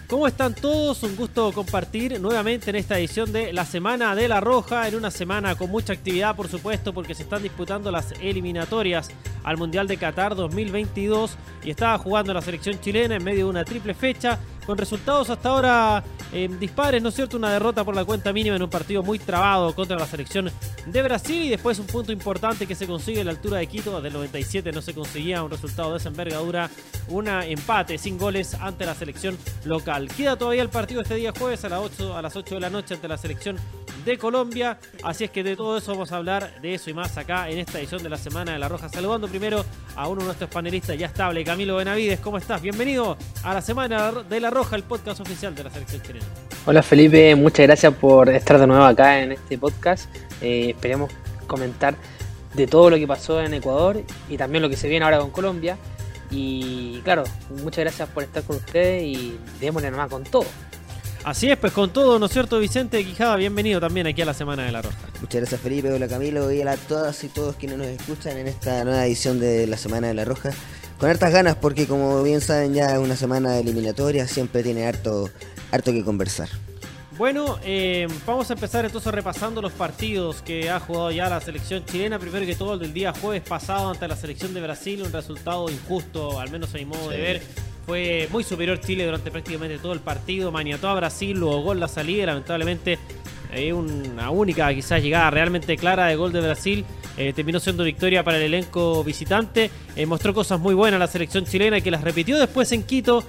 ¿Cómo están todos? Un gusto compartir nuevamente en esta edición de la Semana de la Roja, en una semana con mucha actividad, por supuesto, porque se están disputando las eliminatorias al Mundial de Qatar 2022 y estaba jugando la selección chilena en medio de una triple fecha, con resultados hasta ahora dispares, ¿no es cierto? Una derrota por la cuenta mínima en un partido muy trabado contra la selección de Brasil y después un punto importante que se consigue a la altura de Quito. Del 97 no se conseguía un resultado de esa envergadura, un empate sin goles ante la selección local. Queda todavía el partido este día jueves a las 8 de la noche ante la selección de Colombia, así es que de todo eso vamos a hablar, de eso y más acá en esta edición de la Semana de la Roja. Saludando primero a uno de nuestros panelistas ya estable, Camilo Benavides. ¿Cómo estás? Bienvenido a la Semana de la Roja, el podcast oficial de la selección chilena. Hola Felipe, muchas gracias por estar de nuevo acá en este podcast. Esperemos comentar de todo lo que pasó en Ecuador y también lo que se viene ahora con Colombia. Y claro, muchas gracias por estar con ustedes y démosle nomás con todo. Así es, pues con todo, ¿no es cierto, Vicente Quijada? Bienvenido también aquí a la Semana de la Roja. Muchas gracias Felipe, hola Camilo y a todas y todos quienes nos escuchan en esta nueva edición de la Semana de la Roja. Con hartas ganas porque como bien saben ya es una semana eliminatoria, siempre tiene harto que conversar. Bueno, vamos a empezar entonces repasando los partidos que ha jugado ya la selección chilena. Primero que todo el del día jueves pasado ante la selección de Brasil, un resultado injusto, al menos a mi modo de ver. Fue muy superior Chile durante prácticamente todo el partido, maniató a Brasil, luego gol la salida, lamentablemente una única quizás llegada realmente clara de gol de Brasil. Terminó siendo victoria para el elenco visitante. Mostró cosas muy buenas la selección chilena que las repitió después en Quito,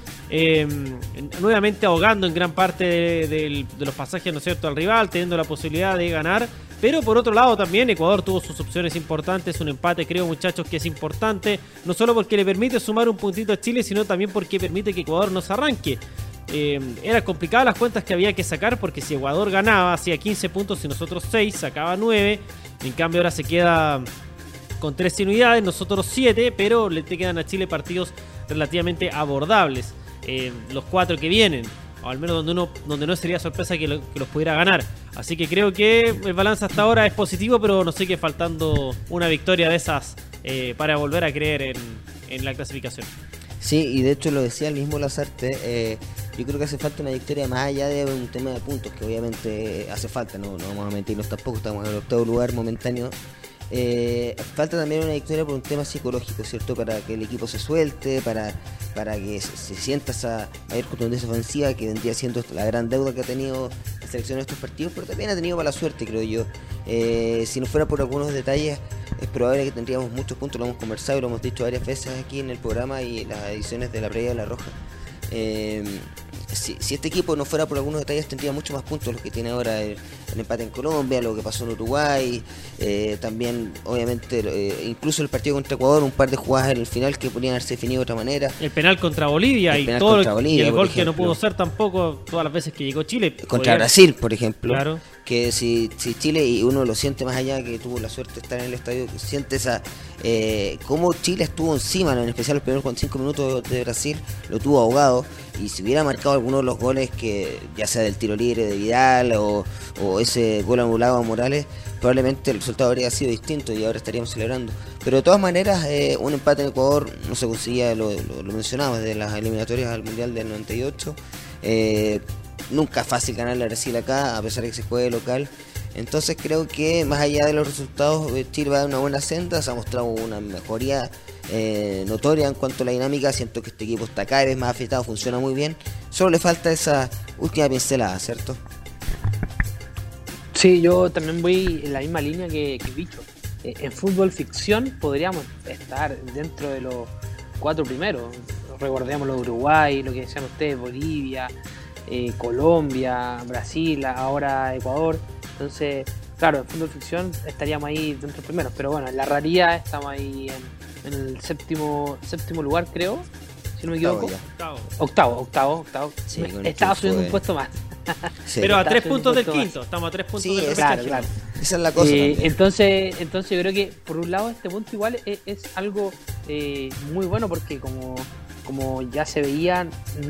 nuevamente ahogando en gran parte de los pasajes, ¿no es cierto?, al rival, teniendo la posibilidad de ganar. Pero por otro lado también Ecuador tuvo sus opciones importantes, un empate creo, muchachos, que es importante, no solo porque le permite sumar un puntito a Chile, sino también porque permite que Ecuador no se arranque. Eran complicadas las cuentas que había que sacar, porque si Ecuador ganaba hacía 15 puntos y nosotros 6, sacaba 9, en cambio ahora se queda con 13 unidades, nosotros 7, pero le quedan a Chile partidos relativamente abordables, los 4 que vienen, o al menos donde no sería sorpresa que los pudiera ganar. Así que creo que el balance hasta ahora es positivo, pero nos sigue faltando una victoria de esas para volver a creer en la clasificación. Sí, y de hecho lo decía el mismo Lazarte, yo creo que hace falta una victoria más allá de un tema de puntos, que obviamente hace falta, no vamos a mentirnos tampoco, estamos en el octavo lugar momentáneo. Falta también una victoria por un tema psicológico, ¿cierto? Para que el equipo se suelte, para que se sienta esa mayor contundencia ofensiva que vendría siendo la gran deuda que ha tenido la selección en estos partidos, pero también ha tenido mala suerte, creo yo. Si no fuera por algunos detalles, es probable que tendríamos muchos puntos, lo hemos conversado y lo hemos dicho varias veces aquí en el programa y en las ediciones de la previa de la Roja. Si este equipo no fuera por algunos detalles tendría mucho más puntos los que tiene ahora el empate en Colombia, lo que pasó en Uruguay, también obviamente incluso el partido contra Ecuador, un par de jugadas en el final que podrían haberse definido de otra manera, el penal contra Bolivia y el gol que no pudo ser tampoco todas las veces que llegó Chile contra Brasil, por ejemplo. Claro. Que si Chile, y uno lo siente más allá que tuvo la suerte de estar en el estadio, siente esa cómo Chile estuvo encima, en especial los primeros 5 minutos de Brasil, lo tuvo ahogado, y si hubiera marcado alguno de los goles, que ya sea del tiro libre de Vidal o ese gol anulado a Morales, probablemente el resultado habría sido distinto y ahora estaríamos celebrando. Pero de todas maneras, un empate en Ecuador no se conseguía, lo mencionaba, desde las eliminatorias al Mundial del 98. Nunca es fácil ganarle a Brasil acá, a pesar de que se juegue local. Entonces creo que más allá de los resultados, Chile va a dar una buena senda, se ha mostrado una mejoría notoria en cuanto a la dinámica. Siento que este equipo está cada vez más afiatado, funciona muy bien. Solo le falta esa última pincelada, ¿cierto? Sí, yo también voy en la misma línea que Bicho. En fútbol ficción podríamos estar dentro de los 4 primeros. Recordemos lo de Uruguay, lo que decían ustedes, Bolivia, Colombia, Brasil, ahora Ecuador. Entonces, claro, en fútbol ficción estaríamos ahí dentro de los primeros, pero bueno, en la realidad estamos ahí en el séptimo lugar, creo, si no me equivoco. Octavo. Sí, estaba subiendo un puesto más. Sí. Pero a 3 puntos del quinto, estamos a 3 puntos sí, del claro. Esa es la cosa. Entonces yo creo que por un lado este punto igual es algo muy bueno, porque como ya se veía,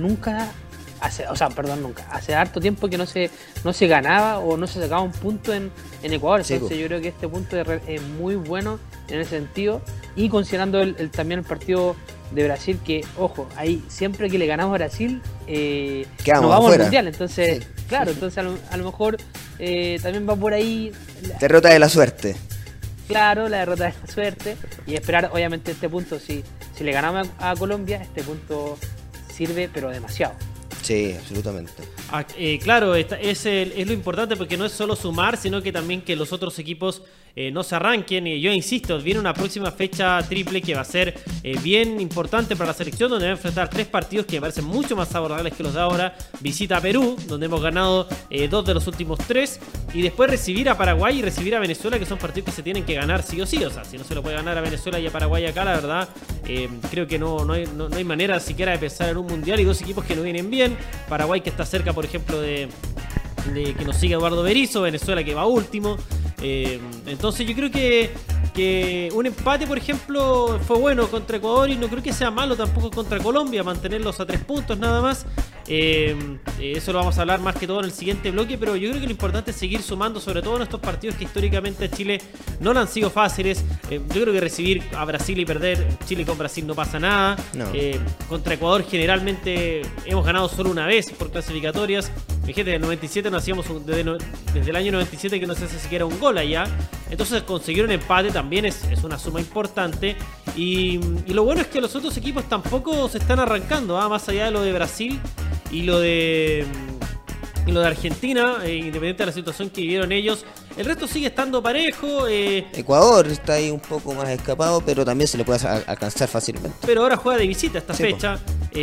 hace harto tiempo que no se ganaba o no se sacaba un punto en Ecuador. Entonces yo creo que este punto es muy bueno en ese sentido, y considerando también el partido de Brasil, que ojo, ahí siempre que le ganamos a Brasil Quedamos no vamos afuera. al mundial. Entonces, Sí. claro, entonces a lo mejor también va por ahí. Derrota de la suerte. Claro, la derrota de la suerte. Y esperar, obviamente, este punto. Si le ganamos a Colombia, este punto sirve, pero demasiado. Sí, absolutamente. Claro, es lo importante porque no es solo sumar, sino que también que los otros equipos no se arranquen. Y yo insisto, viene una próxima fecha triple que va a ser bien importante para la selección, donde va a enfrentar 3 partidos que me parecen mucho más abordables que los de ahora. Visita a Perú, donde hemos ganado 2 de los últimos 3, y después recibir a Paraguay y recibir a Venezuela, que son partidos que se tienen que ganar sí o sí. O sea, si no se lo puede ganar a Venezuela y a Paraguay acá, la verdad, creo que no hay manera siquiera de pensar en un mundial, y 2 equipos que no vienen bien. Paraguay, que está cerca, por ejemplo, de que nos siga Eduardo Berizzo. Venezuela, que va último. Entonces yo creo que un empate, por ejemplo, fue bueno contra Ecuador, y no creo que sea malo tampoco contra Colombia, mantenerlos a 3 puntos nada más. Eso lo vamos a hablar más que todo en el siguiente bloque, pero yo creo que lo importante es seguir sumando, sobre todo en estos partidos que históricamente a Chile no le han sido fáciles. Yo creo que recibir a Brasil y perder Chile con Brasil no pasa nada. No. Contra Ecuador generalmente hemos ganado solo una vez por clasificatorias. Fíjate, en el 97 no hacíamos desde el año 97 que no se hace siquiera un gol allá. Entonces conseguir un empate también es una suma importante. Y lo bueno es que los otros equipos tampoco se están arrancando, más allá de lo de Brasil y lo de Argentina, independiente de la situación que vivieron ellos. El resto sigue estando parejo. Ecuador está ahí un poco más escapado, pero también se le puede alcanzar fácilmente. Pero ahora juega de visita esta Sí, fecha.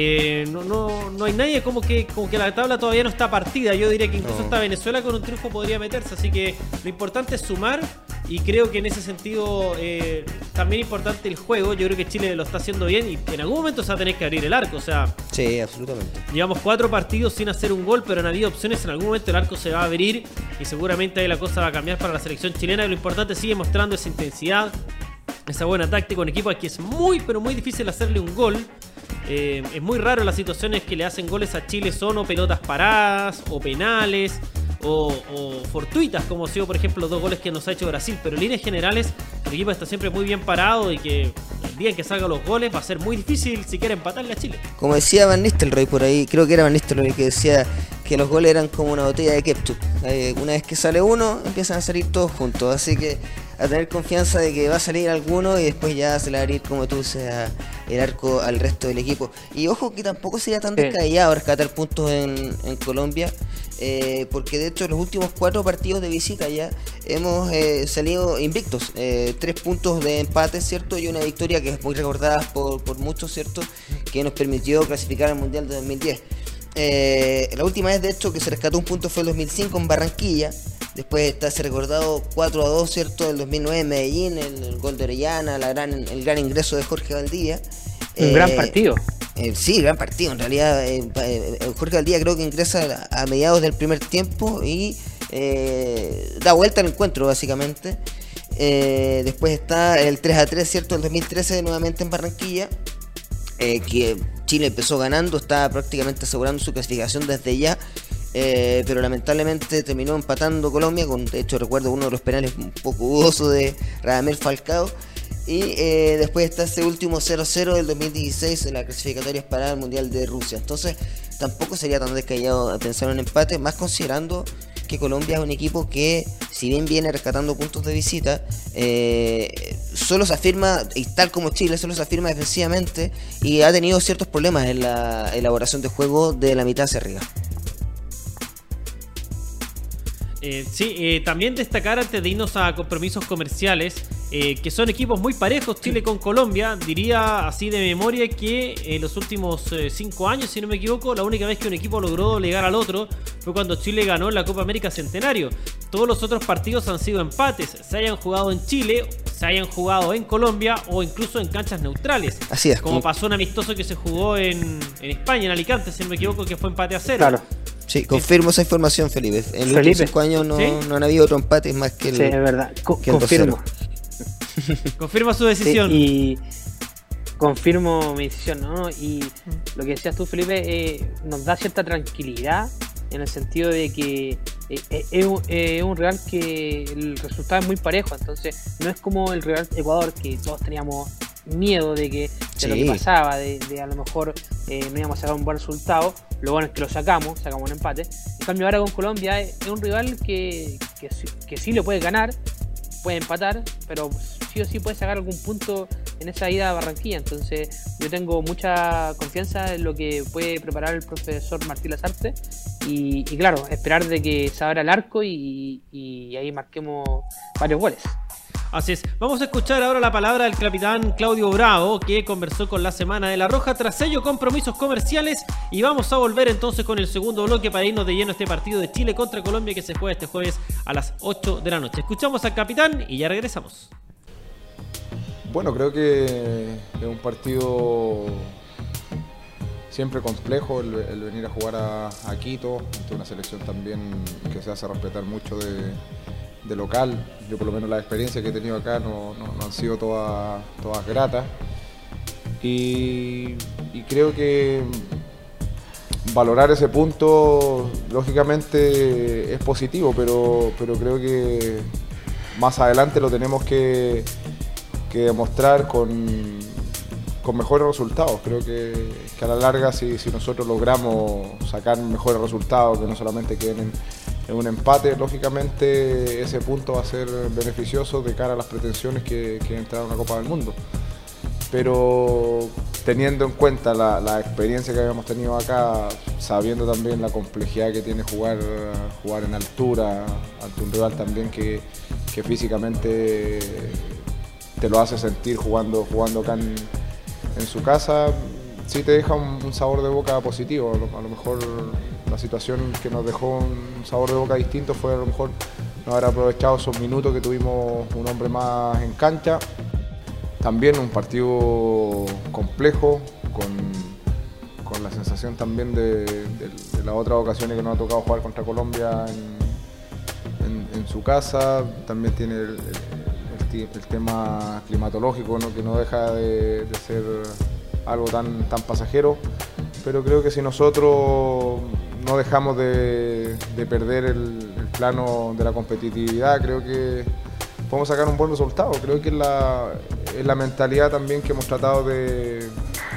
No hay nadie como que la tabla todavía no está partida. Yo diría que incluso No. hasta Venezuela con un triunfo podría meterse. Así que lo importante es sumar. Y creo que en ese sentido también importante el juego. Yo creo que Chile lo está haciendo bien, y en algún momento se va a tener que abrir el arco. O sea, Sí, absolutamente. llevamos 4 partidos sin hacer un gol, pero han habido opciones. En algún momento el arco se va a abrir, y seguramente ahí la cosa va a cambiar para la selección chilena. Y lo importante sigue mostrando esa intensidad, esa buena táctica. Un equipo aquí es muy, pero muy difícil hacerle un gol. Es muy raro las situaciones que le hacen goles a Chile, son o pelotas paradas, o penales, o fortuitas, como ha sido, por ejemplo, los 2 goles que nos ha hecho Brasil. Pero en líneas generales el equipo está siempre muy bien parado, y que el día en que salgan los goles va a ser muy difícil siquiera empatarle a Chile. Como decía Van Nistelrooy por ahí, creo que era Van Nistelrooy que decía que los goles eran como una botella de ketchup. Una vez que sale uno, empiezan a salir todos juntos. Así que a tener confianza de que va a salir alguno, y después ya se le va a abrir, como tú dices, el arco al resto del equipo. Y ojo que tampoco sería tan descabellado rescatar puntos en Colombia, porque de hecho en los últimos 4 partidos de visita ya hemos salido invictos. 3 puntos de empate, ¿cierto? Y una victoria que es muy recordada por muchos, ¿cierto? Que nos permitió clasificar al Mundial de 2010. La última vez, de hecho, que se rescató un punto fue el 2005 en Barranquilla. Después está ese recordado 4-2, ¿cierto? El 2009 en Medellín, el gol de Orellana, el gran ingreso de Jorge Valdivia. Un gran partido. Sí, gran partido. En realidad, Jorge Valdivia creo que ingresa a mediados del primer tiempo y da vuelta al encuentro, básicamente. Después está el 3-3, ¿cierto? El 2013 nuevamente en Barranquilla. Que Chile empezó ganando, estaba prácticamente asegurando su clasificación desde ya, pero lamentablemente terminó empatando Colombia, de hecho recuerdo uno de los penales un poco dudoso de Radamel Falcao. Y después está ese último 0-0 del 2016 en las clasificatorias para el Mundial de Rusia. Entonces tampoco sería tan descabellado pensar en un empate, más considerando que Colombia es un equipo que, si bien viene rescatando puntos de visita, solo se afirma, y tal como Chile, solo se afirma defensivamente, y ha tenido ciertos problemas en la elaboración de juego de la mitad hacia arriba. También destacar, antes de irnos a compromisos comerciales, que son equipos muy parejos, Chile con Colombia. Diría así de memoria que en los últimos 5 años, si no me equivoco, la única vez que un equipo logró doblegar al otro fue cuando Chile ganó la Copa América Centenario. Todos los otros partidos han sido empates, se hayan jugado en Chile, se hayan jugado en Colombia o incluso en canchas neutrales. Así es. Como pasó un amistoso que se jugó en España, en Alicante, si no me equivoco, que fue empate a 0. Claro. Sí, confirmo esa información, Felipe. En los últimos 5 años no, ¿Sí? no han habido otro empate más que el. Sí, es verdad. que el Confirmo. Confirma su decisión. Sí, y confirmo mi decisión, ¿no? Y lo que decías tú, Felipe, nos da cierta tranquilidad en el sentido de que es un rival que el resultado es muy parejo. Entonces no es como el rival Ecuador, que todos teníamos miedo de lo que Sí. pasaba, de a lo mejor no íbamos a sacar un buen resultado. Lo bueno es que lo sacamos un empate. En cambio ahora con Colombia es un rival que sí le puede ganar, puede empatar, pero sí o sí puede sacar algún punto en esa ida a Barranquilla. Entonces yo tengo mucha confianza en lo que puede preparar el profesor Martín Lasarte y claro, esperar de que se abra el arco y ahí marquemos varios goles. Así es. Vamos a escuchar ahora la palabra del capitán Claudio Bravo, que conversó con la Semana de la Roja. Tras ello, compromisos comerciales. Y vamos a volver entonces con el segundo bloque para irnos de lleno a este partido de Chile contra Colombia que se juega este jueves a las 8 de la noche. Escuchamos al capitán y ya regresamos. Bueno, creo que es un partido siempre complejo el venir a jugar a Quito, ante una selección también que se hace respetar mucho de local. Yo por lo menos las experiencias que he tenido acá no han sido todas gratas y creo que valorar ese punto lógicamente es positivo, pero creo que más adelante lo tenemos que demostrar con mejores resultados. Creo que a la larga si nosotros logramos sacar mejores resultados que no solamente queden en un empate, lógicamente ese punto va a ser beneficioso de cara a las pretensiones que entrar a una Copa del Mundo. Pero teniendo en cuenta la experiencia que habíamos tenido acá, sabiendo también la complejidad que tiene jugar en altura ante un rival también que físicamente te lo hace sentir jugando acá en su casa, sí te deja un sabor de boca positivo. A lo mejor la situación que nos dejó un sabor de boca distinto fue a lo mejor no haber aprovechado esos minutos que tuvimos un hombre más en cancha. También un partido complejo, con la sensación también de las otras ocasiones que nos ha tocado jugar contra Colombia en su casa. También tiene el tema climatológico, ¿no? Que no deja de ser algo tan pasajero, pero creo que si nosotros no dejamos de perder el plano de la competitividad, creo que podemos sacar un buen resultado. Creo que es la mentalidad también que hemos tratado de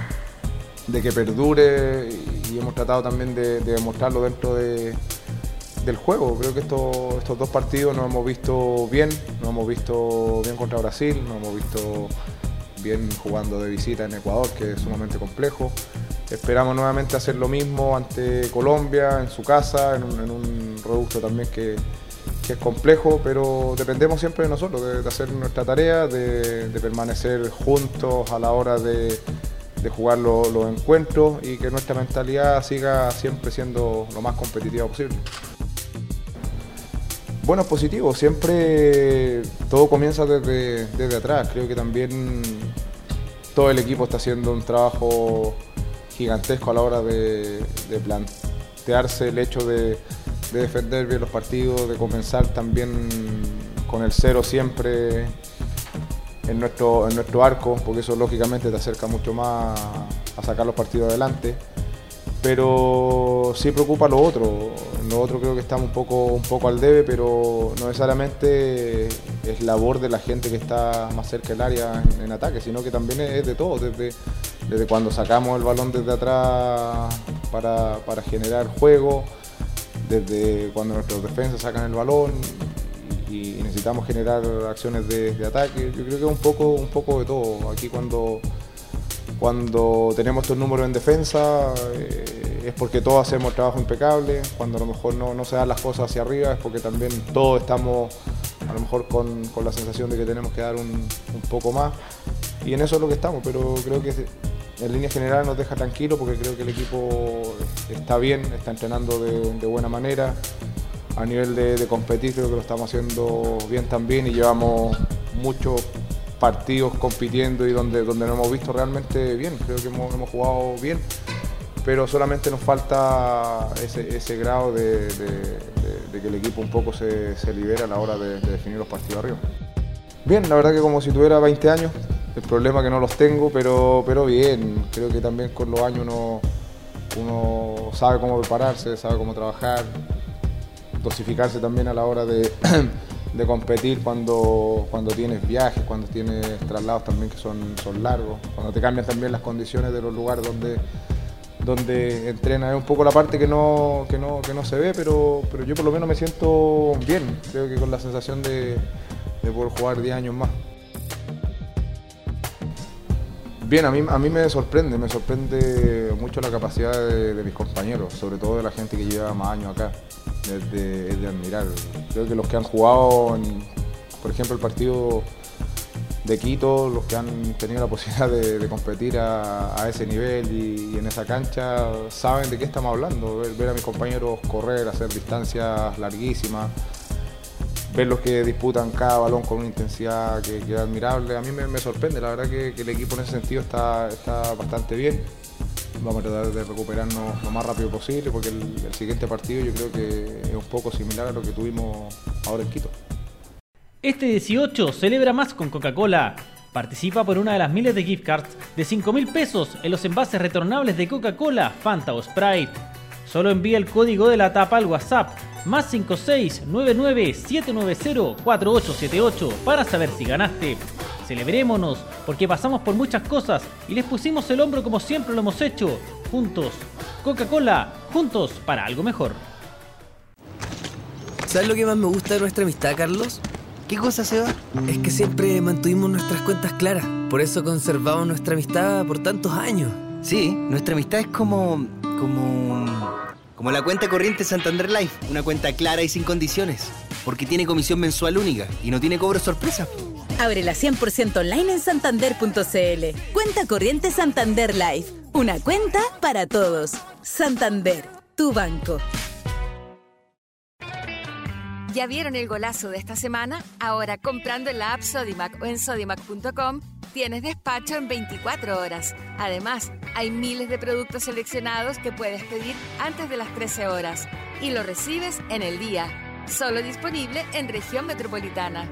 que perdure y hemos tratado también de demostrarlo dentro del juego. Creo que estos dos partidos nos hemos visto bien contra Brasil, nos hemos visto bien jugando de visita en Ecuador, que es sumamente complejo. Esperamos nuevamente hacer lo mismo ante Colombia, en su casa, en un reducto también que es complejo, pero dependemos siempre de nosotros, de hacer nuestra tarea, de permanecer juntos a la hora de jugar los encuentros y que nuestra mentalidad siga siempre siendo lo más competitiva posible. Bueno, es positivo, siempre todo comienza desde atrás. Creo que también todo el equipo está haciendo un trabajo gigantesco a la hora de plantearse el hecho de defender bien los partidos, de comenzar también con el cero siempre en nuestro arco, porque eso lógicamente te acerca mucho más a sacar los partidos adelante. Pero sí preocupa lo otro creo que estamos un poco al debe, pero no necesariamente es labor de la gente que está más cerca del área en ataque, sino que también es de todo, desde cuando sacamos el balón desde atrás para generar juego, desde cuando nuestros defensas sacan el balón y necesitamos generar acciones de ataque. Yo creo que es un poco de todo. Aquí cuando tenemos estos números en defensa es porque todos hacemos trabajo impecable. Cuando a lo mejor no se dan las cosas hacia arriba es porque también todos estamos a lo mejor con la sensación de que tenemos que dar un poco más, y en eso es lo que estamos, pero creo que en línea general nos deja tranquilos porque creo que el equipo está bien, está entrenando de buena manera. A nivel de competir creo que lo estamos haciendo bien también y llevamos muchos partidos compitiendo y donde nos hemos visto realmente bien. Creo que hemos jugado bien, pero solamente nos falta ese grado de que el equipo un poco se libera a la hora de definir los partidos arriba. Bien, la verdad que como si tuviera 20 años, el problema es que no los tengo, pero bien. Creo que también con los años uno sabe cómo prepararse, sabe cómo trabajar, dosificarse también a la hora de de competir cuando tienes viajes, cuando tienes traslados también que son largos, cuando te cambian también las condiciones de los lugares donde entrenas. Es un poco la parte que no se ve, pero yo por lo menos me siento bien, creo que con la sensación de poder jugar 10 años más. Bien, a mí me sorprende mucho la capacidad de mis compañeros, sobre todo de la gente que lleva más años acá, es de admirar. Creo que los que han jugado, por ejemplo, el partido de Quito, los que han tenido la posibilidad de competir a ese nivel y en esa cancha, saben de qué estamos hablando. Ver a mis compañeros correr, hacer distancias larguísimas, ver los que disputan cada balón con una intensidad que es admirable. A mí me sorprende, la verdad que el equipo en ese sentido está bastante bien. Vamos a tratar de recuperarnos lo más rápido posible, porque el siguiente partido yo creo que es un poco similar a lo que tuvimos ahora en Quito. Este 18 celebra más con Coca-Cola. Participa por una de las miles de gift cards de 5.000 pesos en los envases retornables de Coca-Cola, Fanta o Sprite. Solo envía el código de la tapa al WhatsApp +56 99 790 4878 para saber si ganaste. Celebrémonos, porque pasamos por muchas cosas y les pusimos el hombro como siempre lo hemos hecho. Juntos. Coca-Cola, juntos para algo mejor. ¿Sabes lo que más me gusta de nuestra amistad, Carlos? ¿Qué cosa, Seba? Es que siempre mantuvimos nuestras cuentas claras. Por eso conservamos nuestra amistad por tantos años. Sí, nuestra amistad es como la cuenta corriente Santander Life. Una cuenta clara y sin condiciones. Porque tiene comisión mensual única y no tiene cobro sorpresa. Ábrela 100% online en santander.cl. Cuenta corriente Santander Life. Una cuenta para todos. Santander, tu banco. ¿Ya vieron el golazo de esta semana? Ahora, comprando en la app Sodimac o en sodimac.com, tienes despacho en 24 horas. Además, hay miles de productos seleccionados que puedes pedir antes de las 13 horas. Y lo recibes en el día. Solo disponible en región metropolitana.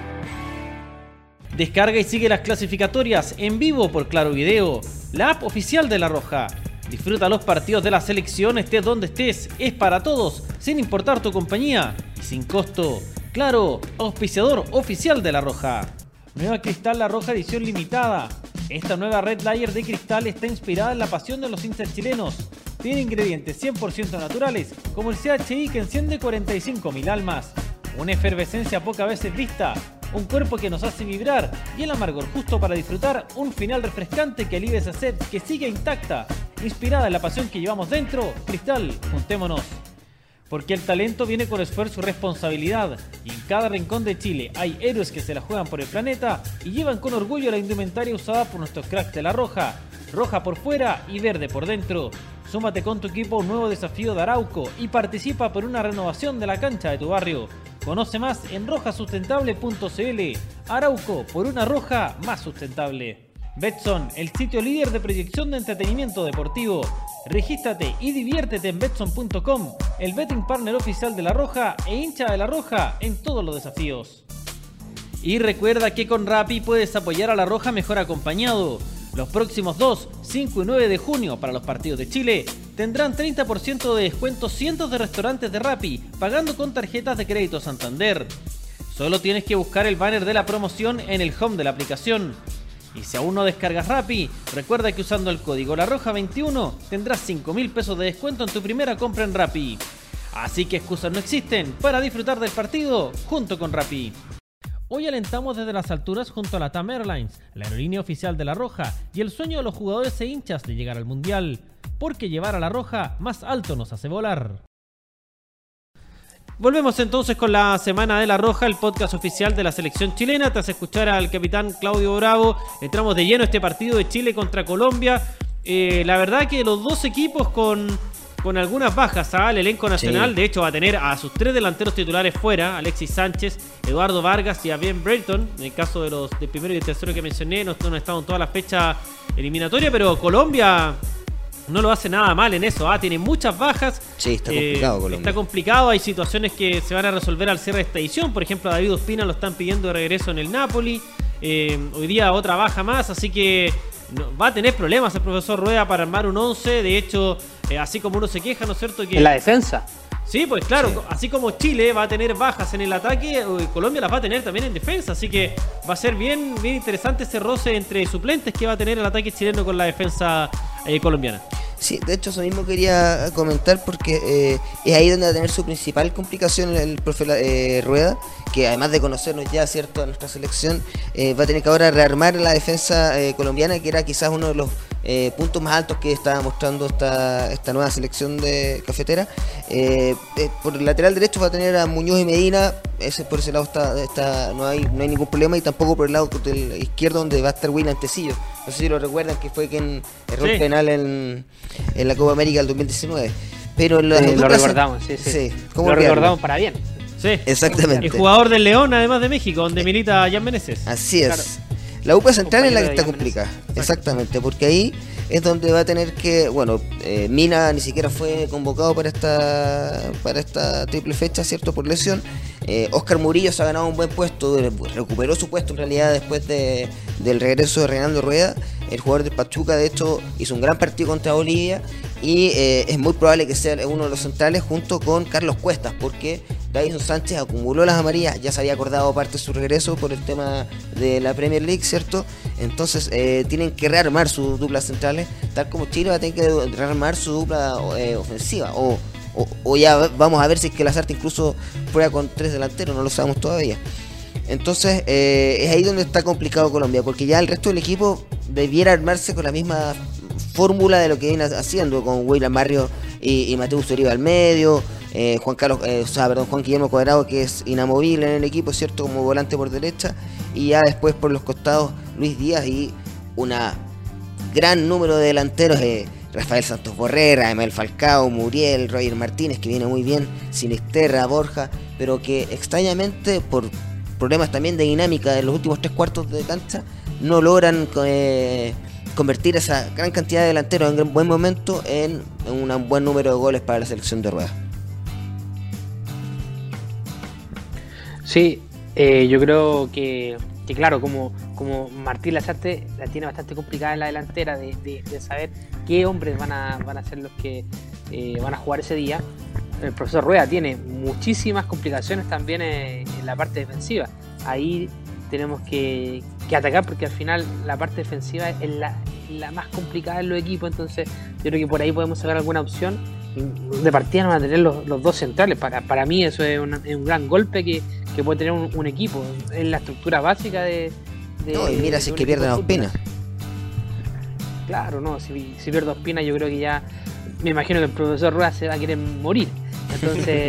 Descarga y sigue las clasificatorias en vivo por Claro Video, la app oficial de La Roja. Disfruta los partidos de la selección, estés donde estés, es para todos, sin importar tu compañía y sin costo. Claro, auspiciador oficial de La Roja. Nueva Cristal La Roja edición limitada. Esta nueva Red Lager de cristal está inspirada en la pasión de los hinchas chilenos. Tiene ingredientes 100% naturales, como el CHI que enciende 45.000 almas. Una efervescencia pocas veces vista, un cuerpo que nos hace vibrar y el amargor justo para disfrutar un final refrescante que alivia esa sed que sigue intacta. Inspirada en la pasión que llevamos dentro, Cristal, juntémonos. Porque el talento viene con esfuerzo y responsabilidad, y en cada rincón de Chile hay héroes que se la juegan por el planeta y llevan con orgullo la indumentaria usada por nuestros cracks de La Roja, roja por fuera y verde por dentro. Súmate con tu equipo a un nuevo desafío de Arauco y participa por una renovación de la cancha de tu barrio. Conoce más en rojasustentable.cl. Arauco, por una roja más sustentable. Betson, el sitio líder de proyección de entretenimiento deportivo. Regístrate y diviértete en Betson.com, el betting partner oficial de La Roja e hincha de La Roja en todos los desafíos. Y recuerda que con Rappi puedes apoyar a La Roja mejor acompañado. Los próximos 2, 5 y 9 de junio para los partidos de Chile tendrán 30% de descuento cientos de restaurantes de Rappi pagando con tarjetas de crédito Santander. Solo tienes que buscar el banner de la promoción en el home de la aplicación. Y si aún no descargas Rappi, recuerda que usando el código LAROJA21 tendrás 5.000 pesos de descuento en tu primera compra en Rappi. Así que excusas no existen para disfrutar del partido junto con Rappi. Hoy alentamos desde las alturas junto a la TAM Airlines, la aerolínea oficial de La Roja, y el sueño de los jugadores e hinchas de llegar al Mundial. Porque llevar a La Roja más alto nos hace volar. Volvemos entonces con la Semana de La Roja, el podcast oficial de la selección chilena. Tras escuchar al capitán Claudio Bravo, entramos de lleno a este partido de Chile contra Colombia. La verdad que los dos equipos con algunas bajas al elenco nacional. Sí. De hecho va a tener a sus 3 delanteros titulares fuera: Alexis Sánchez, Eduardo Vargas y a Ben Brereton. En el caso de los del primero y el tercero que mencioné, no han estado en toda la fecha eliminatoria, pero Colombia no lo hace nada mal en eso, tiene muchas bajas. Sí, está complicado Colombia. Está complicado, hay situaciones que se van a resolver al cierre de esta edición. Por ejemplo, a David Ospina lo están pidiendo de regreso en el Napoli. Hoy día otra baja más, así que va a tener problemas el profesor Rueda para armar un 11. De hecho, así como uno se queja, ¿no es cierto? Que en la defensa. Sí, pues claro, así como Chile va a tener bajas en el ataque, Colombia las va a tener también en defensa, así que va a ser bien interesante ese roce entre suplentes que va a tener el ataque chileno con la defensa colombiana. Sí, de hecho eso mismo quería comentar porque es ahí donde va a tener su principal complicación el profe Rueda, que además de conocernos ya, cierto, a nuestra selección, va a tener que ahora rearmar la defensa colombiana, que era quizás uno de los puntos más altos que estaba mostrando esta nueva selección de cafetera. Por el lateral derecho va a tener a Muñoz y Medina, por ese lado no hay ningún problema, y tampoco por el lado del izquierdo donde va a estar William Tecillo. No sé si lo recuerdan, que fue quien erró el penal en la Copa América del 2019. Pero lo recordamos, sí. ¿Cómo lo recordamos para bien? Sí, exactamente. El jugador del León, además de México, donde milita Jan Meneses. Así es. Claro. La UPA central es la que está complicada. Exactamente, porque ahí es donde va a tener que, Mina ni siquiera fue convocado para esta triple fecha, ¿cierto? Por lesión. Oscar Murillo se ha ganado un buen puesto, recuperó su puesto en realidad después del regreso de Reinaldo Rueda. El jugador de Pachuca, de hecho, hizo un gran partido contra Bolivia y es muy probable que sea uno de los centrales junto con Carlos Cuestas, porque Davinson Sánchez acumuló las amarillas, ya se había acordado parte de su regreso por el tema de la Premier League, ¿cierto? Entonces tienen que rearmar sus duplas centrales, tal como Chile va a tener que rearmar su dupla ofensiva, o ya vamos a ver si es que Lazarte incluso prueba con 3 delanteros, no lo sabemos todavía. Entonces es ahí donde está complicado Colombia, porque ya el resto del equipo debiera armarse con la misma fórmula de lo que viene haciendo, con William Barrio y Mateus Uribe al medio, Juan Guillermo Cuadrado, que es inamovible en el equipo, ¿cierto? Como volante por derecha, y ya después por los costados Luis Díaz y una gran número de delanteros, Rafael Santos Borrera, Emel Falcao, Muriel, Roger Martínez, que viene muy bien, Sinisterra, Borja, pero que extrañamente por problemas también de dinámica en los últimos 3/4 de cancha no logran convertir esa gran cantidad de delanteros en un buen momento en un buen número de goles para la selección de Rueda. Sí, yo creo que claro, como Martín Lazarte la tiene bastante complicada en la delantera de saber qué hombres van a ser los que van a jugar ese día. El profesor Rueda tiene muchísimas complicaciones también en la parte defensiva. Ahí tenemos que atacar, porque al final la parte defensiva es la más complicada en los equipos. Entonces yo creo que por ahí podemos sacar alguna opción. De partida no van a tener los dos centrales. Para mí eso es un gran golpe que puede tener un equipo. Es la estructura básica de no, y mira si es que pierden a Ospina. Claro, no, si pierde a Ospina yo creo que ya, me imagino que el profesor Rueda se va a querer morir. Entonces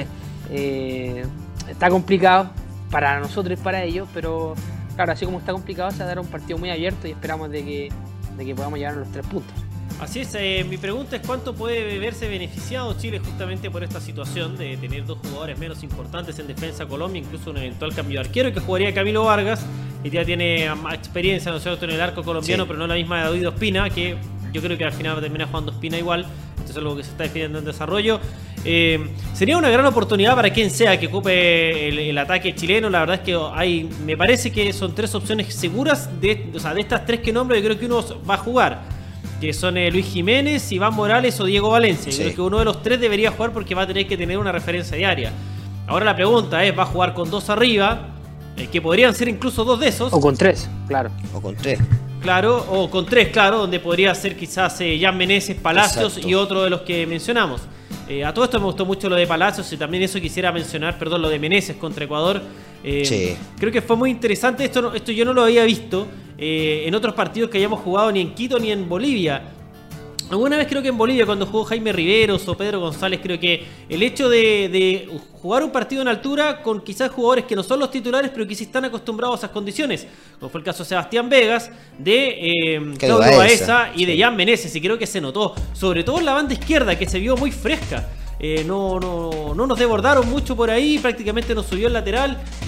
está complicado para nosotros y para ellos, pero claro, así como está complicado, se va a dar un partido muy abierto y esperamos de que podamos llegar a los 3 puntos. Así es, mi pregunta es cuánto puede verse beneficiado Chile justamente por esta situación de tener 2 jugadores menos importantes en defensa Colombia, incluso un eventual cambio de arquero que jugaría Camilo Vargas, y ya tiene más experiencia, ¿no es cierto?, en el arco colombiano, sí, pero no la misma de David Ospina, que yo creo que al final va a terminar jugando Ospina igual. Esto es algo que se está definiendo en desarrollo. Sería una gran oportunidad para quien sea que ocupe el ataque chileno. La verdad es que me parece que son 3 opciones seguras de estas 3 que nombro. Yo creo que uno va a jugar, que son Luis Jiménez, Iván Morales o Diego Valencia. Yo creo que uno de los 3 debería jugar porque va a tener que tener una referencia diaria. Ahora la pregunta es, ¿va a jugar con 2 arriba? Que podrían ser incluso 2 de esos. O con 3, claro. O con 3. Claro, o con 3, claro, donde podría ser quizás Jan Meneses, Palacios. Exacto. Y otro de los que mencionamos. A todo esto me gustó mucho lo de Palacios, y también eso quisiera mencionar, lo de Meneses contra Ecuador. Sí. Creo que fue muy interesante. Esto yo no lo había visto en otros partidos que hayamos jugado ni en Quito ni en Bolivia. Alguna vez creo que en Bolivia, cuando jugó Jaime Riveros o Pedro González, creo que el hecho de jugar un partido en altura con quizás jugadores que no son los titulares, pero que sí están acostumbrados a esas condiciones, como fue el caso de Sebastián Vegas, de Claudio Baeza y de Jan Meneses, y creo que se notó, sobre todo en la banda izquierda, que se vio muy fresca. No nos desbordaron mucho por ahí, prácticamente nos subió el lateral.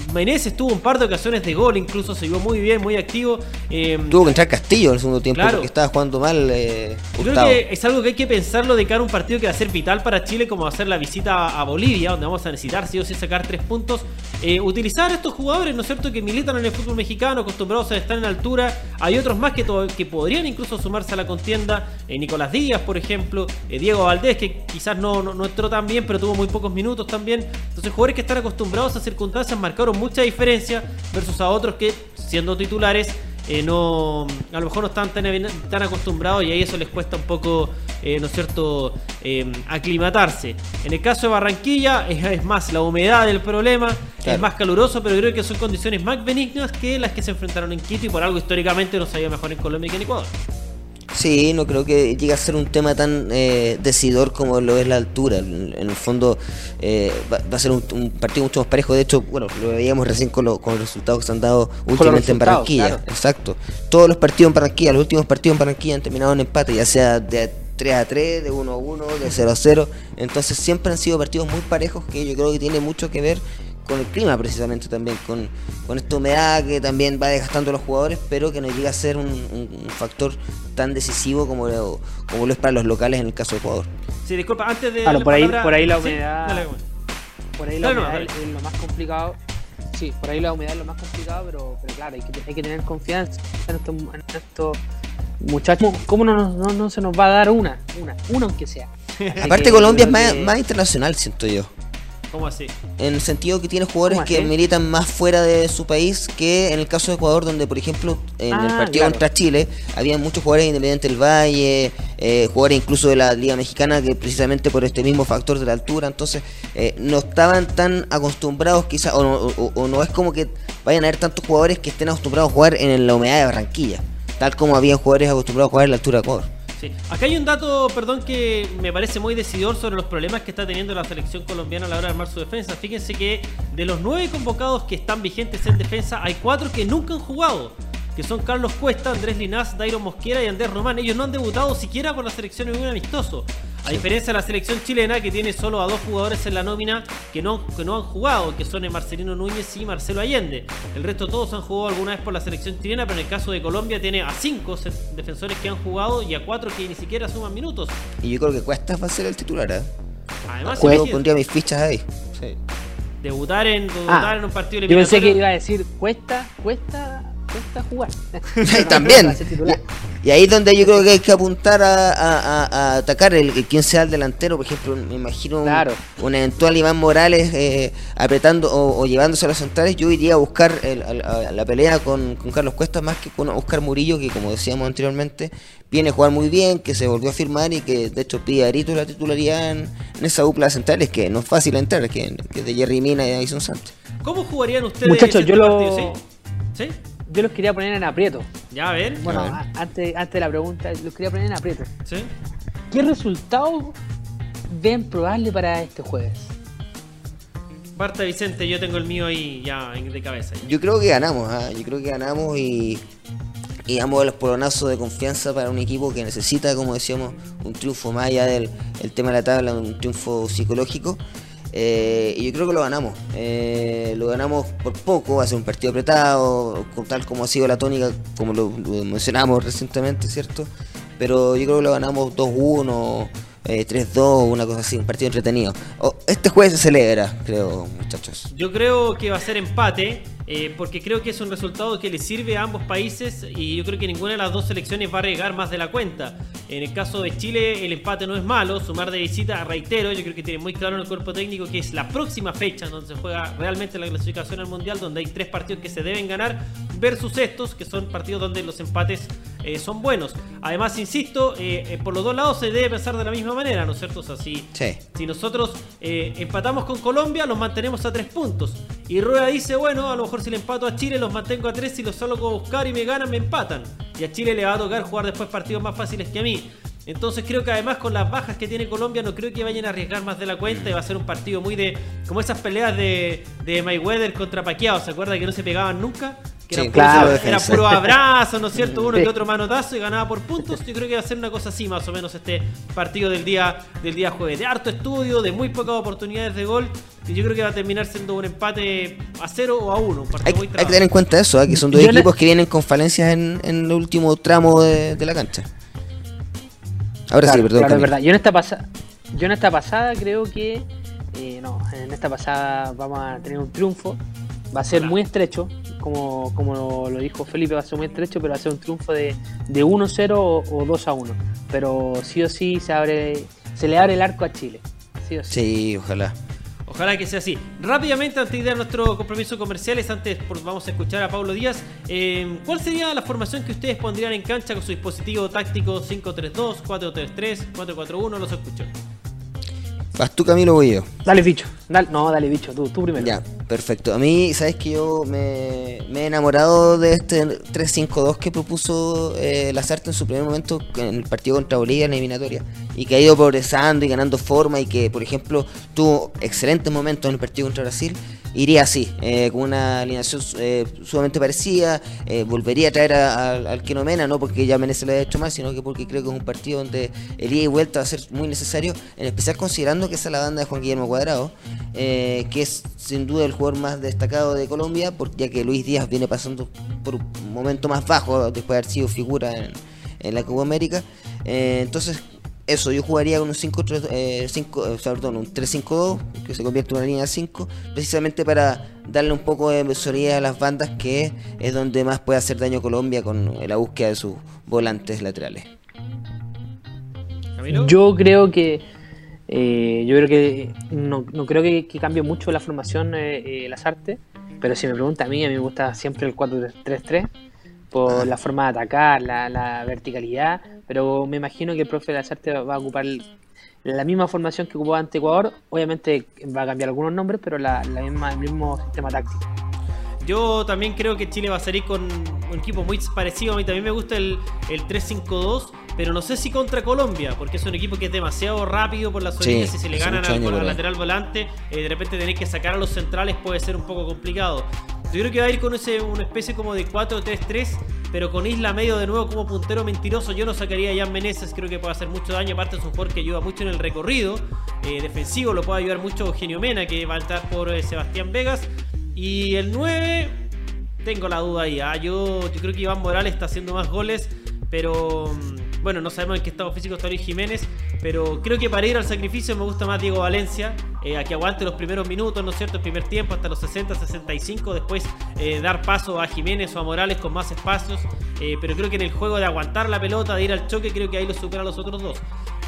Meneses tuvo un par de ocasiones de gol, incluso se vio muy bien, muy activo. Tuvo que entrar Castillo en el segundo tiempo, claro, porque estaba jugando mal. Yo creo que es algo que hay que pensarlo de cara a un partido que va a ser vital para Chile, como va a ser la visita a Bolivia, donde vamos a necesitar sí o sí sacar 3 puntos. Utilizar a estos jugadores, ¿no es cierto?, que militan en el fútbol mexicano, acostumbrados a estar en altura. Hay otros más que podrían incluso sumarse a la contienda. Nicolás Díaz, por ejemplo, Diego Valdés, que quizás no entró tan bien, pero tuvo muy pocos minutos también. Entonces, jugadores que están acostumbrados a circunstancias marcaron mucha diferencia versus a otros que, siendo titulares, a lo mejor no están tan acostumbrados, y ahí eso les cuesta un poco, ¿no es cierto?, aclimatarse. En el caso de Barranquilla es más la humedad del problema, claro, es más caluroso, pero creo que son condiciones más benignas que las que se enfrentaron en Quito, y por algo históricamente nos había mejor en Colombia que en Ecuador. Sí, no creo que llegue a ser un tema tan decidor como lo es la altura. En el fondo va a ser un partido mucho más parejo. De hecho, bueno, lo veíamos recién con los resultados que se han dado últimamente en Barranquilla. Claro. Exacto. Todos los partidos en Barranquilla, los últimos partidos en Barranquilla han terminado en empate, ya sea de 3-3, de 1-1, de 0-0. Entonces siempre han sido partidos muy parejos, que yo creo que tiene mucho que ver con el clima, precisamente, también con esta humedad que también va desgastando a los jugadores, pero que no llega a ser un factor tan decisivo como lo es para los locales en el caso de Ecuador. Sí, disculpa, antes de... Claro, por ahí la humedad, ¿sí? Dale. Por ahí la humedad es lo más complicado. Sí, por ahí la humedad es lo más complicado, pero claro, hay que tener confianza en estos muchachos. ¿Cómo no se nos va a dar una aunque sea? Aparte, Colombia es más internacional, siento yo. ¿Cómo así? En el sentido que tiene jugadores que militan más fuera de su país que en el caso de Ecuador, donde, por ejemplo, en el partido contra Chile había muchos jugadores de Independiente del Valle, jugadores incluso de la Liga Mexicana, que precisamente por este mismo factor de la altura, entonces no estaban tan acostumbrados quizás, o no es como que vayan a haber tantos jugadores que estén acostumbrados a jugar en la humedad de Barranquilla, tal como habían jugadores acostumbrados a jugar en la altura de Ecuador. Sí. Acá hay un dato, que me parece muy decidor sobre los problemas que está teniendo la selección colombiana a la hora de armar su defensa. Fíjense que de los 9 convocados que están vigentes en defensa, hay 4 que nunca han jugado, que son Carlos Cuesta, Andrés Linás, Dairon Mosquera y Andrés Román. Ellos no han debutado siquiera por la selección en un amistoso. A diferencia de la selección chilena, que tiene solo a 2 jugadores en la nómina que no han jugado, que son Marcelino Núñez y Marcelo Allende. El resto todos han jugado alguna vez por la selección chilena, pero en el caso de Colombia tiene a 5 defensores que han jugado y a 4 que ni siquiera suman minutos. Y yo creo que Cuesta va a ser el titular, ¿eh? Además, yo pondría mis fichas ahí. Sí. Debutar en un partido eliminatorio. Yo pensé que iba a decir Cuesta jugar. También. Y ahí es donde yo creo que hay que apuntar a atacar quien sea el delantero. Por ejemplo, me imagino un eventual Iván Morales apretando o llevándose a los centrales. Yo iría a buscar la pelea con Carlos Cuesta más que con Oscar Murillo, que, como decíamos anteriormente, viene a jugar muy bien, que se volvió a firmar y que de hecho pide a Arito la titularidad en esa dupla de centrales, que no es fácil entrar, que es de Jerry Mina y Edison Santos. ¿Cómo jugarían ustedes? Muchachos, ¿Sí? Yo los quería poner en aprieto. Ya, a ver. Bueno, antes de la pregunta, los quería poner en aprieto. ¿Sí? ¿Qué resultado ven probable para este jueves? Parta Vicente, yo tengo el mío ahí ya de cabeza. Yo creo que ganamos, y damos los polonazos de confianza para un equipo que necesita, como decíamos, un triunfo más allá del tema de la tabla, un triunfo psicológico. Y yo creo que lo ganamos por poco. Va a ser un partido apretado, tal como ha sido la tónica, como lo mencionamos recientemente, ¿cierto? Pero yo creo que lo ganamos 2-1, 3-2, una cosa así, un partido entretenido. Este jueves se celebra, creo, muchachos. Yo creo que va a ser empate, porque creo que es un resultado que le sirve a ambos países, y yo creo que ninguna de las dos selecciones va a arriesgar más de la cuenta. En el caso de Chile, el empate no es malo, sumar de visita, reitero, yo creo que tiene muy claro en el cuerpo técnico que es la próxima fecha donde se juega realmente la clasificación al Mundial, donde hay 3 partidos que se deben ganar, versus estos, que son partidos donde los empates son buenos. Además, insisto, por los dos lados se debe pensar de la misma manera, ¿no es cierto? O sea, si nosotros empatamos con Colombia, los mantenemos a 3 puntos. Y Rueda dice, bueno, a lo mejor si le empato a Chile, los mantengo a 3, si los salgo a buscar y me ganan, me empatan. Y a Chile le va a tocar jugar después partidos más fáciles que a mí. Entonces creo que además con las bajas que tiene Colombia, no creo que vayan a arriesgar más de la cuenta, y va a ser un partido muy como esas peleas de Mayweather contra Pacquiao, ¿se acuerda que no se pegaban nunca? que Sí, era, claro, era defensa. puro abrazo, ¿no es cierto? Uno que otro manotazo y ganaba por puntos. Yo creo que va a ser una cosa así más o menos este partido del día jueves. De harto estudio, de muy pocas oportunidades de gol. Y yo creo que va a terminar siendo un empate a 0 o a 1. Un partido muy Hay que trabado. tener en cuenta eso, que son dos Yo equipos que vienen con falencias en el último tramo de la cancha. Ahora sí, Claro, perdón. claro, es Camilo. verdad. Yo en esta pasada creo que en esta pasada vamos a tener un triunfo. Va a ser muy estrecho, como lo dijo Felipe, va a ser muy estrecho, pero va a ser un triunfo de 1-0 o 2-1. Pero sí o sí se le abre el arco a Chile. Sí o sí. Sí, ojalá. Ojalá que sea así. Rápidamente, antes de ir a nuestro compromiso comerciales, vamos a escuchar a Paulo Díaz. ¿Cuál sería la formación que ustedes pondrían en cancha con su dispositivo táctico 5-3-2, 4-3-3, 4-4-1? Los escucho. ¿Vas tú, Camilo, o voy yo? Dale, bicho. Dale, bicho. Tú primero. Ya, perfecto. A mí, sabes que yo me he enamorado de este 3-5-2 que propuso Lasarte en su primer momento en el partido contra Bolivia en la eliminatoria, y que ha ido progresando y ganando forma, y que, por ejemplo, tuvo excelentes momentos en el partido contra Brasil. Iría así, con una alineación sumamente parecida. Volvería a traer al Keno Mena, no porque ya Menezes lo haya hecho mal, sino que porque creo que es un partido donde el ida y vuelta va a ser muy necesario, en especial considerando que esa es la banda de Juan Guillermo Cuadrado, que es sin duda el jugador más destacado de Colombia, ya que Luis Díaz viene pasando por un momento más bajo después de haber sido figura en la Copa América. Entonces, eso, yo jugaría con un 3-5-2, que se convierte en una línea de 5, precisamente para darle un poco de solidez a las bandas, que es donde más puede hacer daño Colombia con la búsqueda de sus volantes laterales. ¿Camilo? Yo creo que no creo que cambie mucho la formación Lasarte, pero si me pregunta a mí me gusta siempre el 4-3-3 por la forma de atacar, la verticalidad, pero me imagino que el profe Lasarte va a ocupar la misma formación que ocupó ante Ecuador. Obviamente va a cambiar algunos nombres, pero el mismo sistema táctico. Yo también creo que Chile va a salir con un equipo muy parecido. A mí también me gusta el 3-5-2, pero no sé si contra Colombia, porque es un equipo que es demasiado rápido por las orillas, Sí, y si le hace ganan mucho daño al por ahí. lateral volante, de repente tener que sacar a los centrales puede ser un poco complicado. Yo creo que va a ir con una especie como de 4-3-3, pero con Isla medio de nuevo como puntero mentiroso. Yo no sacaría a Jan Menezes, creo que puede hacer mucho daño. Aparte es un jugador que ayuda mucho en el recorrido defensivo, lo puede ayudar mucho Eugenio Mena, que va a entrar por Sebastián Vegas. Y el 9, tengo la duda ahí. Yo creo que Iván Morales está haciendo más goles, pero bueno, no sabemos en qué estado físico está Luis Jiménez, pero creo que para ir al sacrificio me gusta más Diego Valencia, a que aguante los primeros minutos, ¿no es cierto? El primer tiempo hasta los 60-65, después dar paso a Jiménez o a Morales con más espacios, pero creo que en el juego de aguantar la pelota, de ir al choque, creo que ahí lo supera a los otros dos.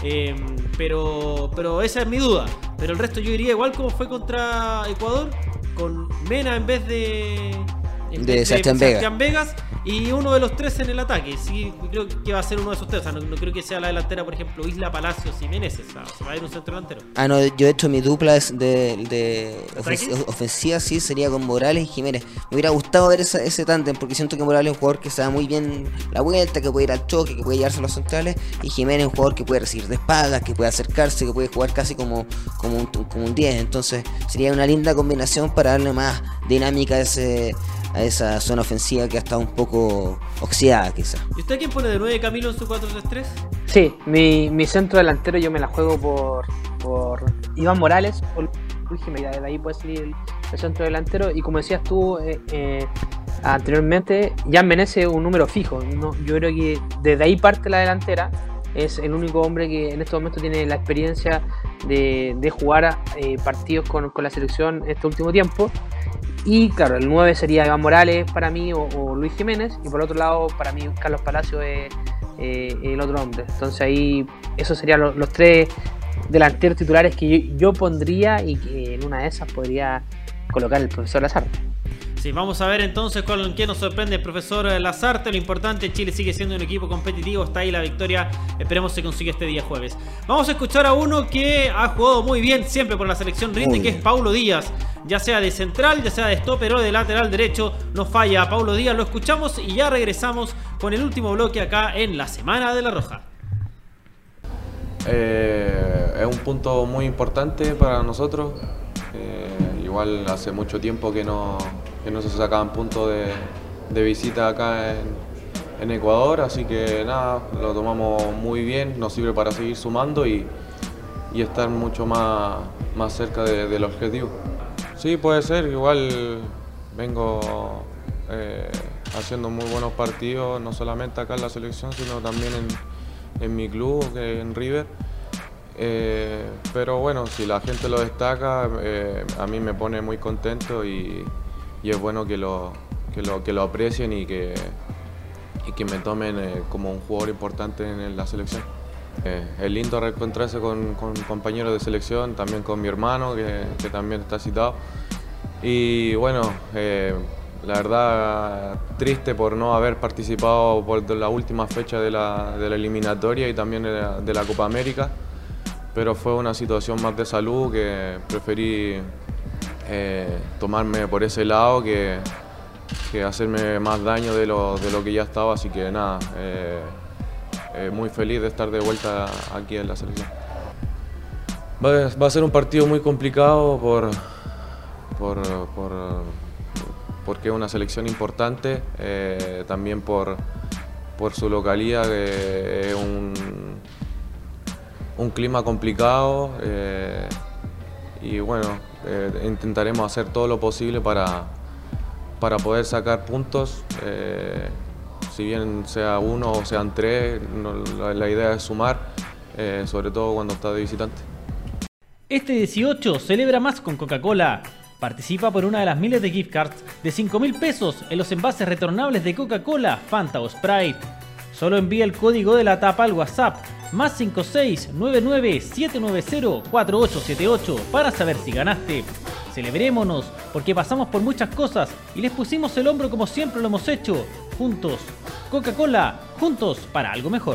Pero esa es mi duda. Pero el resto yo iría igual como fue contra Ecuador, con Mena en vez de Sebastián Vegas, y uno de los tres en el ataque. Sí, creo que va a ser uno de esos tres. O sea, no creo que sea la delantera, por ejemplo, Isla, Palacios y Menezes. O sea, se va a ir un centro delantero. No, yo he hecho mi dupla de ofensiva, sí, sería con Morales y Jiménez. Me hubiera gustado ver ese tándem, porque siento que Morales es un jugador que sabe muy bien la vuelta, que puede ir al choque, que puede llevarse a los centrales, y Jiménez es un jugador que puede recibir de espaldas, que puede acercarse, que puede jugar casi como un 10. Entonces sería una linda combinación para darle más dinámica a esa zona ofensiva que ha estado un poco oxidada, quizás. ¿Y usted quién pone de 9, Camilo, en su 4-3-3? Sí, mi centro delantero yo me la juego por Iván Morales o Luis Jiménez. De ahí puede salir el centro delantero. Y como decías tú anteriormente, Jan Menezes es un número fijo. Yo creo que desde ahí parte la delantera. Es el único hombre que en este momento tiene la experiencia de jugar partidos con la selección este último tiempo. Y claro, el 9 sería Iván Morales para mí o Luis Jiménez, y por otro lado para mí Carlos Palacios es el otro hombre. Entonces ahí esos serían los tres delanteros titulares que yo pondría, y que en una de esas podría colocar el profesor Lasarte. Sí, vamos a ver entonces con qué nos sorprende el profesor Lasarte. Lo importante, Chile sigue siendo un equipo competitivo, está ahí la victoria, esperemos se consiga este día jueves. Vamos a escuchar a uno que ha jugado muy bien siempre por la selección rinde, que es Paulo Díaz, ya sea de central, ya sea de stopper o de lateral derecho, no falla Paulo Díaz, lo escuchamos y ya regresamos con el último bloque acá en la Semana de la Roja. Es un punto muy importante para nosotros, igual hace mucho tiempo que no se sacaban puntos de visita acá en Ecuador, así que nada, lo tomamos muy bien, nos sirve para seguir sumando y estar mucho más cerca del objetivo. Sí, puede ser, igual vengo haciendo muy buenos partidos, no solamente acá en la selección, sino también en mi club, en River. Pero bueno, si la gente lo destaca, a mí me pone muy contento y es bueno que lo aprecien y que me tomen como un jugador importante en la selección. Es lindo reencontrarse con compañeros de selección, también con mi hermano que también está citado. Y bueno, la verdad triste por no haber participado por la última fecha de la eliminatoria y también de la Copa América, pero fue una situación más de salud que preferí tomarme por ese lado que hacerme más daño de lo que ya estaba, así que nada, muy feliz de estar de vuelta aquí en la selección. Va a ser un partido muy complicado porque es una selección importante, también por su localidad, que es un clima complicado, y bueno, intentaremos hacer todo lo posible para poder sacar puntos, si bien sea uno o sean tres, la idea es sumar, sobre todo cuando está de visitante. Este 18 celebra más con Coca-Cola. Participa por una de las miles de gift cards de 5.000 pesos en los envases retornables de Coca-Cola, Fanta o Sprite. Solo envía el código de la tapa al WhatsApp +5699 790 4878 para saber si ganaste. Celebrémonos porque pasamos por muchas cosas y les pusimos el hombro como siempre lo hemos hecho. Juntos. Coca-Cola, juntos para algo mejor.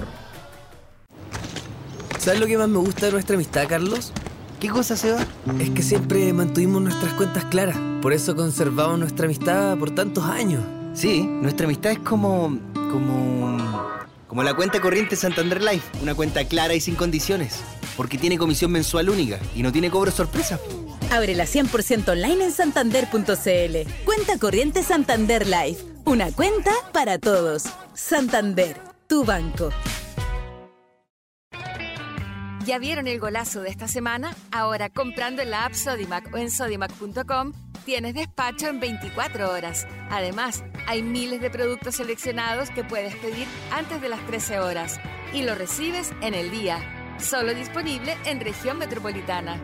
¿Sabes lo que más me gusta de nuestra amistad, Carlos? ¿Qué cosa, Seba? Es que siempre mantuvimos nuestras cuentas claras. Por eso conservamos nuestra amistad por tantos años. Sí, nuestra amistad es como la cuenta corriente Santander Life. Una cuenta clara y sin condiciones. Porque tiene comisión mensual única y no tiene cobro sorpresa. Ábrela 100% online en santander.cl. Cuenta corriente Santander Life. Una cuenta para todos. Santander, tu banco. ¿Ya vieron el golazo de esta semana? Ahora, comprando en la app Sodimac o en sodimac.com, tienes despacho en 24 horas. Además, hay miles de productos seleccionados que puedes pedir antes de las 13 horas. Y lo recibes en el día. Solo disponible en región metropolitana.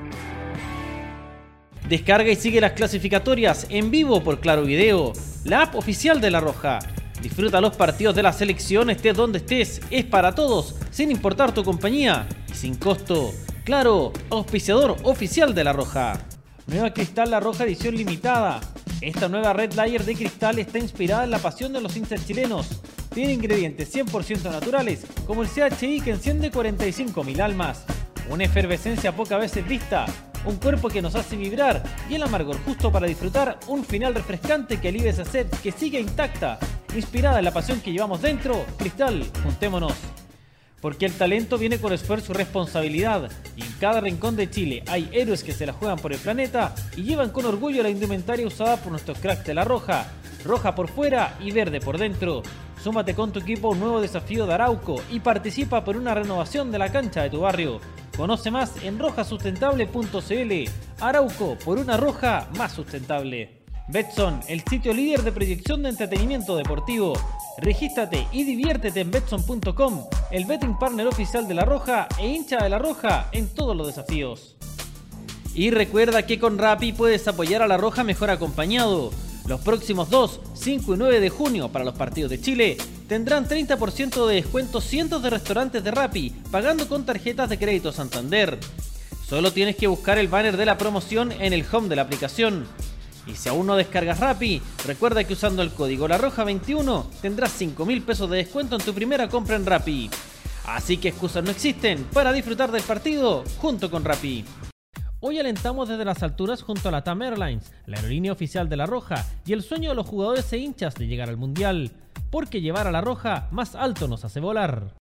Descarga y sigue las clasificatorias en vivo por Claro Video, la app oficial de La Roja. Disfruta los partidos de la selección, estés donde estés, es para todos, sin importar tu compañía y sin costo. Claro, auspiciador oficial de La Roja. Nueva Cristal La Roja edición limitada. Esta nueva Red Layer de cristal está inspirada en la pasión de los hinchas chilenos. Tiene ingredientes 100% naturales, como el CHI que enciende 45.000 almas. Una efervescencia pocas veces vista, un cuerpo que nos hace vibrar y el amargor justo para disfrutar un final refrescante que alivia esa sed que sigue intacta. Inspirada en la pasión que llevamos dentro, Cristal, juntémonos. Porque el talento viene con esfuerzo y responsabilidad, y en cada rincón de Chile hay héroes que se la juegan por el planeta y llevan con orgullo la indumentaria usada por nuestros cracks de La Roja. Roja por fuera y verde por dentro. Súmate con tu equipo a un nuevo desafío de Arauco y participa por una renovación de la cancha de tu barrio. Conoce más en rojasustentable.cl. Arauco, por una Roja más sustentable. Betson, el sitio líder de proyección de entretenimiento deportivo. Regístrate y diviértete en Betson.com, el betting partner oficial de La Roja e hincha de La Roja en todos los desafíos. Y recuerda que con Rappi puedes apoyar a La Roja mejor acompañado. Los próximos 2, 5 y 9 de junio para los partidos de Chile tendrán 30% de descuento cientos de restaurantes de Rappi pagando con tarjetas de crédito Santander. Solo tienes que buscar el banner de la promoción en el home de la aplicación. Y si aún no descargas Rappi, recuerda que usando el código LaRoja21 tendrás 5.000 pesos de descuento en tu primera compra en Rappi. Así que excusas no existen para disfrutar del partido junto con Rappi. Hoy alentamos desde las alturas junto a la TAM Airlines, la aerolínea oficial de La Roja, y el sueño de los jugadores e hinchas de llegar al Mundial. Porque llevar a La Roja más alto nos hace volar.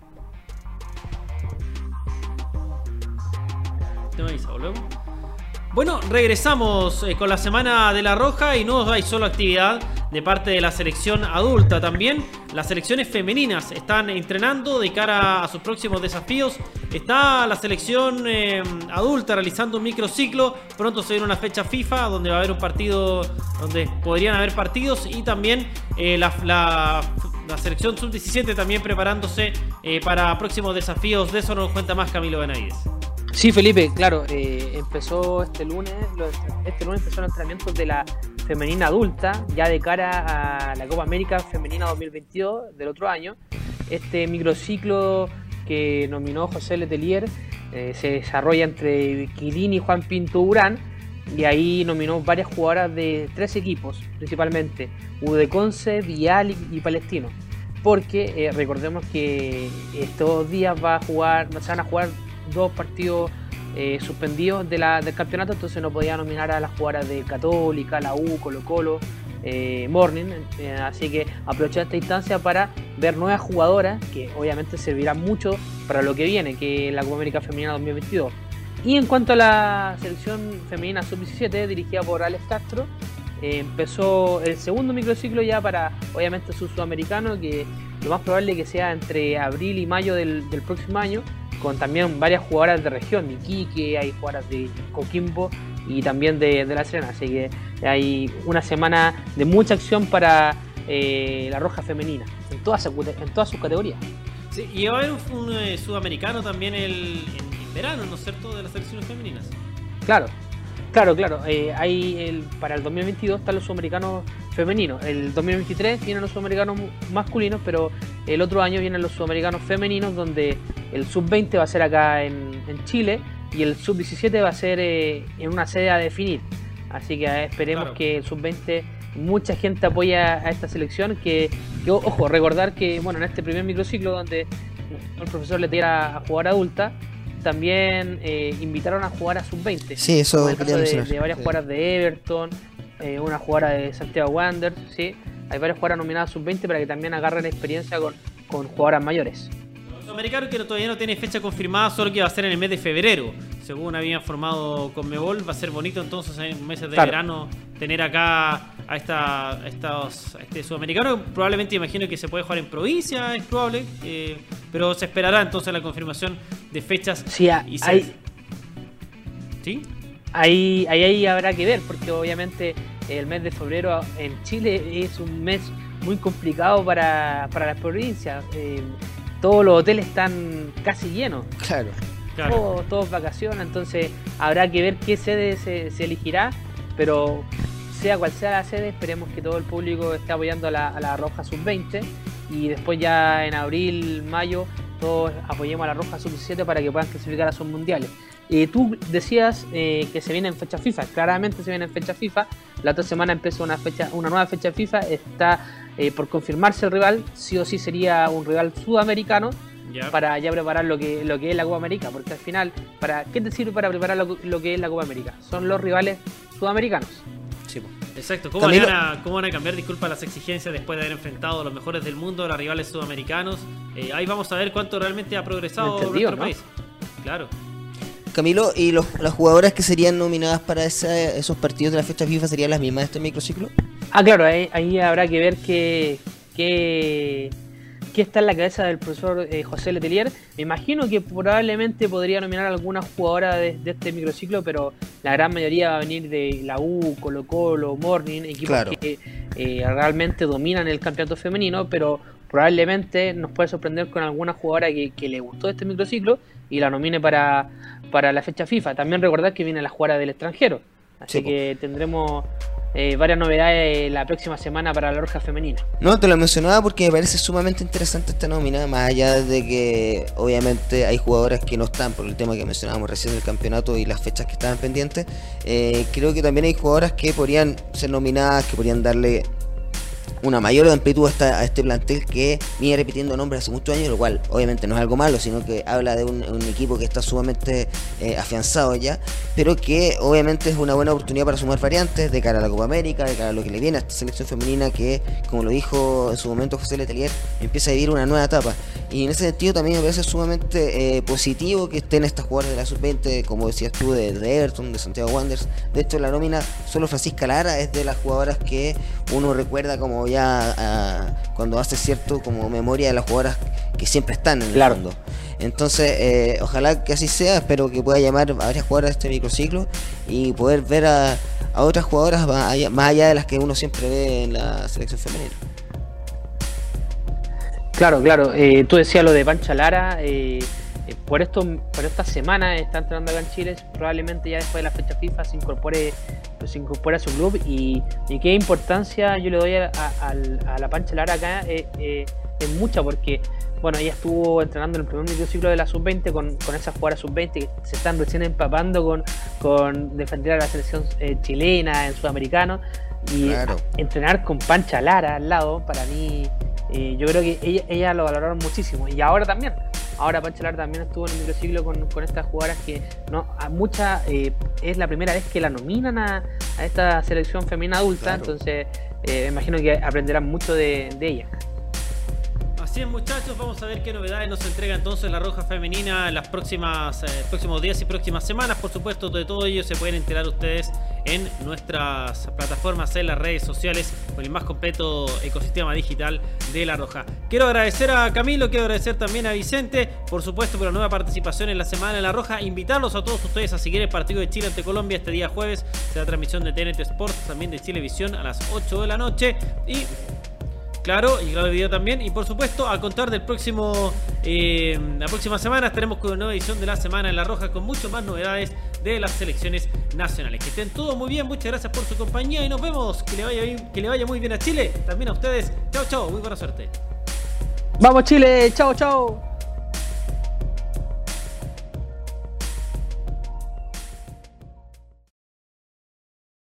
¿Te me avisa, luego? Bueno, regresamos con la Semana de la Roja y no hay solo actividad de parte de la selección adulta, también las selecciones femeninas están entrenando de cara a sus próximos desafíos. Está la selección adulta realizando un microciclo, pronto se viene una fecha FIFA donde va a haber un partido, donde podrían haber partidos, y también la selección sub-17 también preparándose para próximos desafíos. De eso nos cuenta más Camilo Benavides. Sí, Felipe, claro, empezó este lunes empezó el entrenamiento de la femenina adulta, ya de cara a la Copa América Femenina 2022 del otro año. Este microciclo que nominó José Letelier se desarrolla entre Quilín y Juan Pinto Urán, y ahí nominó varias jugadoras de 3 equipos, principalmente Udeconce, Vial y Palestino, porque recordemos que estos días se van a jugar 2 partidos suspendidos del campeonato, entonces no podía nominar a las jugadoras de Católica, la U, Colo-Colo, Morning, así que aproveché esta instancia para ver nuevas jugadoras que obviamente servirán mucho para lo que viene, que es la Copa América Femenina 2022. Y en cuanto a la selección femenina sub-17 dirigida por Alex Castro, empezó el segundo microciclo ya para obviamente su sudamericano, que lo más probable es que sea entre abril y mayo del próximo año, con también varias jugadoras de región, de Iquique, hay jugadoras de Coquimbo y también de La Serena, así que hay una semana de mucha acción para la Roja femenina, en todas sus categorías. Sí, y va a haber un sudamericano también en verano, ¿no es cierto?, de las selecciones femeninas. Claro. Para el 2022 están los sudamericanos femeninos. El 2023 vienen los sudamericanos masculinos, pero el otro año vienen los sudamericanos femeninos, donde el sub-20 va a ser acá en Chile y el sub-17 va a ser en una sede a definir. Así que esperemos que el sub-20, mucha gente apoya a esta selección. Que ojo, recordar que en este primer microciclo donde el profesor le tira a jugar adulta, también invitaron a jugar a sub-20. Sí, eso quería mencionar. De varias jugadoras de Everton, una jugadora de Santiago Wanderers, ¿sí? Hay varias jugadoras nominadas a sub-20 para que también agarren experiencia con jugadoras mayores. Los americanos, que todavía no tiene fecha confirmada, solo que va a ser en el mes de febrero, según había informado Conmebol. Va a ser bonito entonces en meses de verano tener acá a este sudamericano. Probablemente imagino que se puede jugar en provincia, es probable, pero se esperará entonces la confirmación de fechas. Sí, ¿Sí? Ahí habrá que ver, porque obviamente el mes de febrero en Chile es un mes muy complicado para las provincias. Todos los hoteles están casi llenos. Claro. Todos vacaciones, entonces habrá que ver qué sede se elegirá, pero sea cual sea la sede, esperemos que todo el público esté apoyando a la Roja Sub-20 y después ya en abril, mayo, todos apoyemos a la Roja Sub-17 para que puedan clasificar a sus mundiales. Tú decías que se vienen fechas FIFA, claramente se vienen fechas FIFA. La otra semana empieza una nueva fecha FIFA, está por confirmarse el rival, sí o sí sería un rival sudamericano. Para ya preparar lo que es la Copa América, porque al final, ¿qué te sirve para preparar lo que es la Copa América? Son los rivales sudamericanos. Sí, exacto. ¿Cómo van a cambiar, disculpa, las exigencias después de haber enfrentado a los mejores del mundo, a los rivales sudamericanos? Ahí vamos a ver cuánto realmente ha progresado nuestro país. Claro. Camilo, ¿y las jugadoras que serían nominadas para esos partidos de la fecha FIFA serían las mismas de este microciclo? Claro, ahí habrá que ver qué está en la cabeza del profesor José Letelier. Me imagino que probablemente podría nominar a alguna jugadora de este microciclo, pero la gran mayoría va a venir de la U, Colo-Colo, Morning, equipos que realmente dominan el campeonato femenino, pero probablemente nos puede sorprender con alguna jugadora que le gustó este microciclo y la nomine para la fecha FIFA. También recordar que viene la jugadora del extranjero, así que tendremos varias novedades la próxima semana para la Roja femenina. No, te lo mencionaba porque me parece sumamente interesante esta nómina, más allá de que obviamente hay jugadoras que no están por el tema que mencionábamos recién del campeonato y las fechas que estaban pendientes. Creo que también hay jugadoras que podrían ser nominadas, que podrían darle una mayor amplitud a este plantel que viene repitiendo nombres hace muchos años, lo cual obviamente no es algo malo, sino que habla de un equipo que está sumamente afianzado ya, pero que obviamente es una buena oportunidad para sumar variantes de cara a la Copa América, de cara a lo que le viene a esta selección femenina que, como lo dijo en su momento José Letelier, empieza a vivir una nueva etapa. Y en ese sentido también me parece sumamente positivo que estén estas jugadoras de la sub-20, como decías tú, de Everton, de Santiago Wanderers. De hecho, en la nómina, solo Francisca Lara es de las jugadoras que uno recuerda como ya cuando hace cierto como memoria de las jugadoras que siempre están en el fondo. Entonces, ojalá que así sea. Espero que pueda llamar a varias jugadoras de este microciclo y poder ver a otras jugadoras más allá de las que uno siempre ve en la selección femenina. Claro, tú decías lo de Pancha Lara, por esta semana está entrenando acá en Chile, probablemente ya después de la fecha FIFA se incorpore a su club y qué importancia yo le doy a la Pancha Lara acá, es mucha, porque bueno, ella estuvo entrenando en el primer microciclo de la sub-20 con esas jugadoras sub-20 que se están recién empapando con defender a la selección chilena en sudamericano, y entrenar con Pancha Lara al lado, para mí, yo creo que ella lo valoraron muchísimo. Y ahora Pancha Lara también estuvo en el microciclo con estas jugadoras que a muchas es la primera vez que la nominan a esta selección femenina adulta, entonces me imagino que aprenderán mucho de ella. Así es, muchachos, vamos a ver qué novedades nos entrega entonces la Roja Femenina en las próximos días y próximas semanas. Por supuesto, de todo ello se pueden enterar ustedes en nuestras plataformas, en las redes sociales, con el más completo ecosistema digital de La Roja. Quiero agradecer a Camilo, quiero agradecer también a Vicente, por supuesto, por la nueva participación en la Semana de La Roja. Invitarlos a todos ustedes a seguir el partido de Chile ante Colombia este día jueves. Será transmisión de TNT Sports, también de Chilevisión a las 8 de la noche. Y claro el video también. Y por supuesto, a contar del la próxima semana estaremos con una nueva edición de la Semana en La Roja, con mucho más novedades de las selecciones nacionales. Que estén todos muy bien, muchas gracias por su compañía y nos vemos. Que le vaya bien, que le vaya muy bien a Chile, también a ustedes. Chao, chao, muy buena suerte. Vamos Chile, chao, chao.